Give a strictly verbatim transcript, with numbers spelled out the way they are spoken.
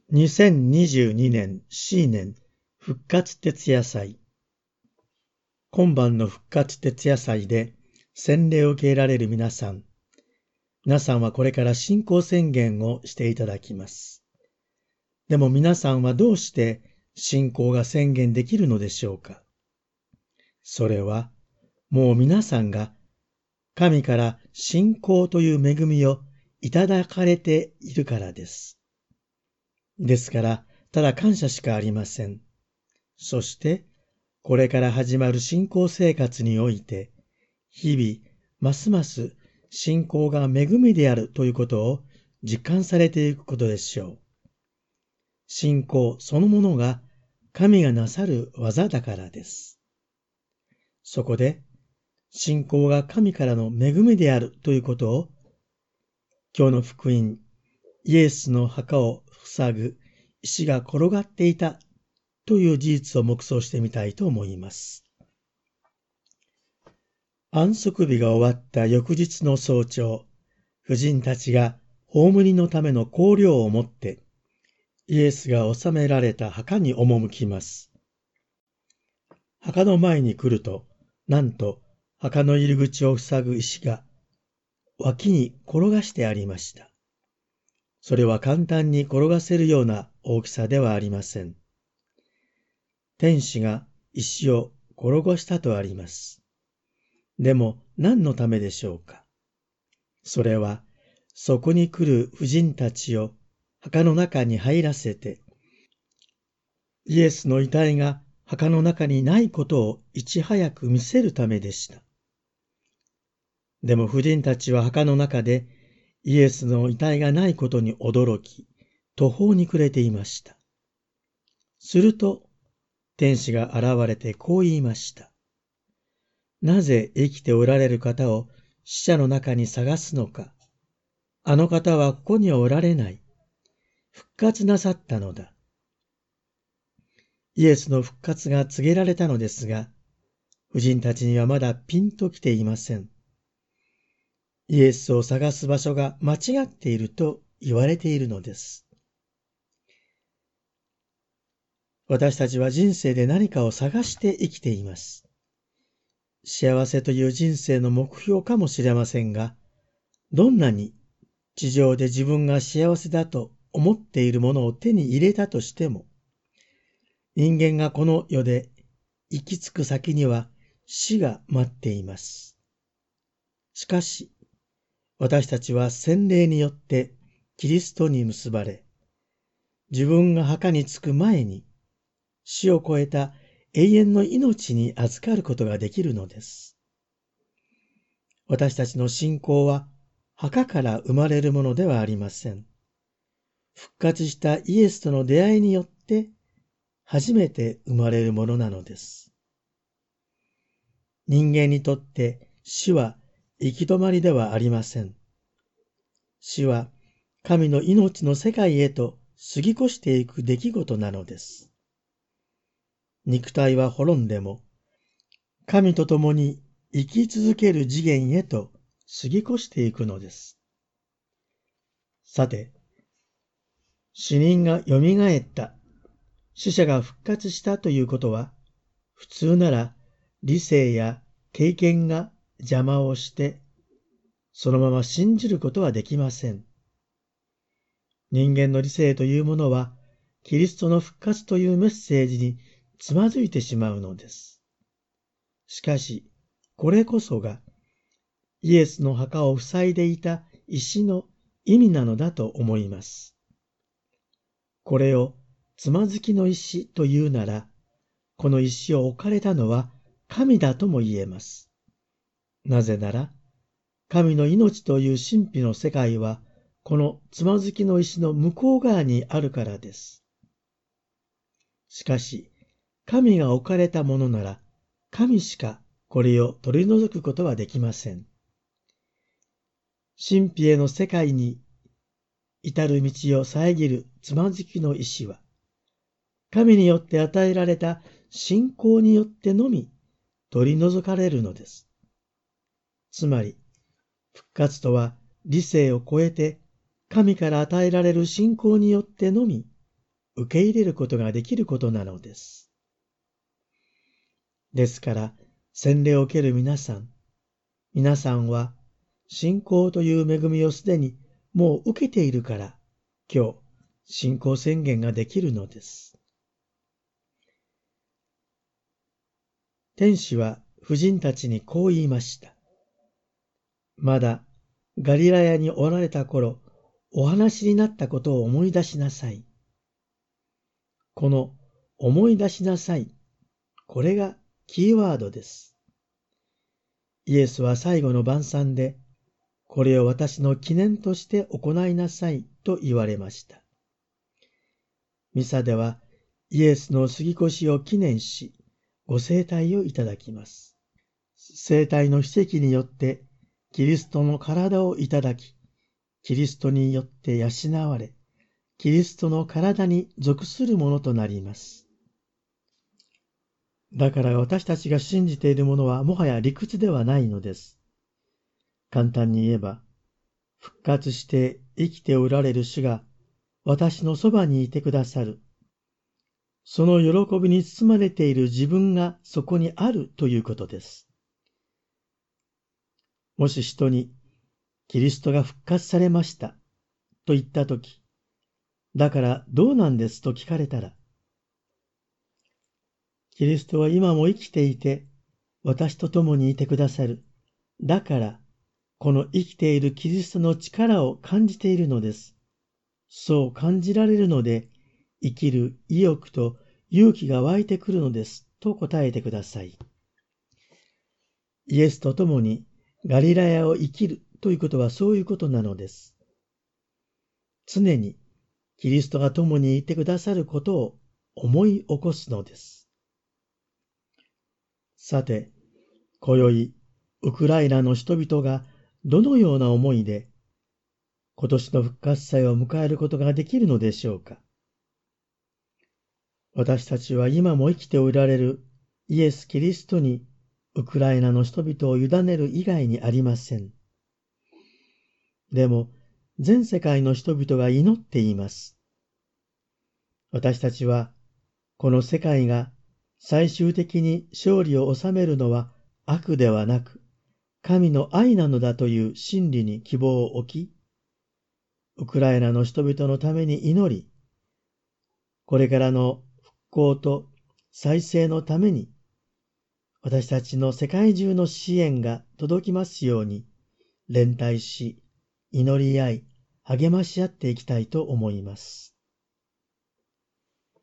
にせんにじゅうにねん新年復活徹夜祭。今晩の復活徹夜祭で洗礼を受けられる皆さん、皆さんはこれから信仰宣言をしていただきます。でも皆さんはどうして信仰が宣言できるのでしょうか。それはもう皆さんが神から信仰という恵みをいただかれているからです。ですから、ただ感謝しかありません。そして、これから始まる信仰生活において、日々、ますます信仰が恵みであるということを実感されていくことでしょう。信仰そのものが神がなさる技だからです。そこで、信仰が神からの恵みであるということを、今日の福音、イエスの墓を塞ぐ石が転がっていたという事実を黙想してみたいと思います。安息日が終わった翌日の早朝、婦人たちが葬りのための香料を持って、イエスが納められた墓に赴きます。墓の前に来ると、なんと墓の入り口を塞ぐ石が脇に転がしてありました。それは簡単に転がせるような大きさではありません。天使が石を転がしたとあります。でも何のためでしょうか。それはそこに来る婦人たちを墓の中に入らせて、イエスの遺体が墓の中にないことをいち早く見せるためでした。でも婦人たちは墓の中でイエスの遺体がないことに驚き、途方に暮れていました。すると、天使が現れてこう言いました。なぜ生きておられる方を死者の中に探すのか。あの方はここにはおられない。復活なさったのだ。イエスの復活が告げられたのですが、婦人たちにはまだピンときていません。イエスを探す場所が間違っていると言われているのです。私たちは人生で何かを探して生きています。幸せという人生の目標かもしれませんが、どんなに地上で自分が幸せだと思っているものを手に入れたとしても、人間がこの世で行き着く先には死が待っています。しかし、私たちは洗礼によってキリストに結ばれ、自分が墓に着く前に死を超えた永遠の命に預かることができるのです。私たちの信仰は墓から生まれるものではありません。復活したイエスとの出会いによって初めて生まれるものなのです。人間にとって死は行き止まりではありません。死は神の命の世界へと過ぎ越していく出来事なのです。肉体は滅んでも、神と共に生き続ける次元へと過ぎ越していくのです。さて、死人がよみがえった、死者が復活したということは、普通なら理性や経験が邪魔をして、そのまま信じることはできません。人間の理性というものは、キリストの復活というメッセージにつまずいてしまうのです。しかし、これこそが、イエスの墓を塞いでいた石の意味なのだと思います。これをつまずきの石というなら、この石を置かれたのは神だとも言えます。なぜなら、神の命という神秘の世界は、このつまずきの石の向こう側にあるからです。しかし、神が置かれたものなら、神しかこれを取り除くことはできません。神秘への世界に至る道を遮るつまずきの石は、神によって与えられた信仰によってのみ取り除かれるのです。つまり、復活とは理性を超えて神から与えられる信仰によってのみ受け入れることができることなのです。ですから、洗礼を受ける皆さん、皆さんは信仰という恵みをすでにもう受けているから、今日、信仰宣言ができるのです。天使は婦人たちにこう言いました。まだガリラヤにおられた頃、お話になったことを思い出しなさい。この思い出しなさい。これがキーワードです。イエスは最後の晩餐で、これを私の記念として行いなさいと言われました。ミサではイエスの杉越を記念し、ご聖体をいただきます。聖体の奇跡によってキリストの体をいただき、キリストによって養われ、キリストの体に属するものとなります。だから私たちが信じているものはもはや理屈ではないのです。簡単に言えば、復活して生きておられる主が私のそばにいてくださる。その喜びに包まれている自分がそこにあるということです。もし人に、キリストが復活されましたと言ったとき、だからどうなんですと聞かれたら、キリストは今も生きていて、私と共にいてくださる。だから、この生きているキリストの力を感じているのです。そう感じられるので、生きる意欲と勇気が湧いてくるのです、と答えてください。イエスと共にガリラヤを生きるということはそういうことなのです。常にキリストが共にいてくださることを思い起こすのです。さて、今宵、ウクライナの人々がどのような思いで、今年の復活祭を迎えることができるのでしょうか。私たちは今も生きておられるイエス・キリストにウクライナの人々を委ねる以外にありません。でも、全世界の人々が祈っています。私たちは、この世界が最終的に勝利を収めるのは悪ではなく、神の愛なのだという真理に希望を置き、ウクライナの人々のために祈り、これからの復興と再生のために、私たちの世界中の支援が届きますように、連帯し、祈り合い、励まし合っていきたいと思います。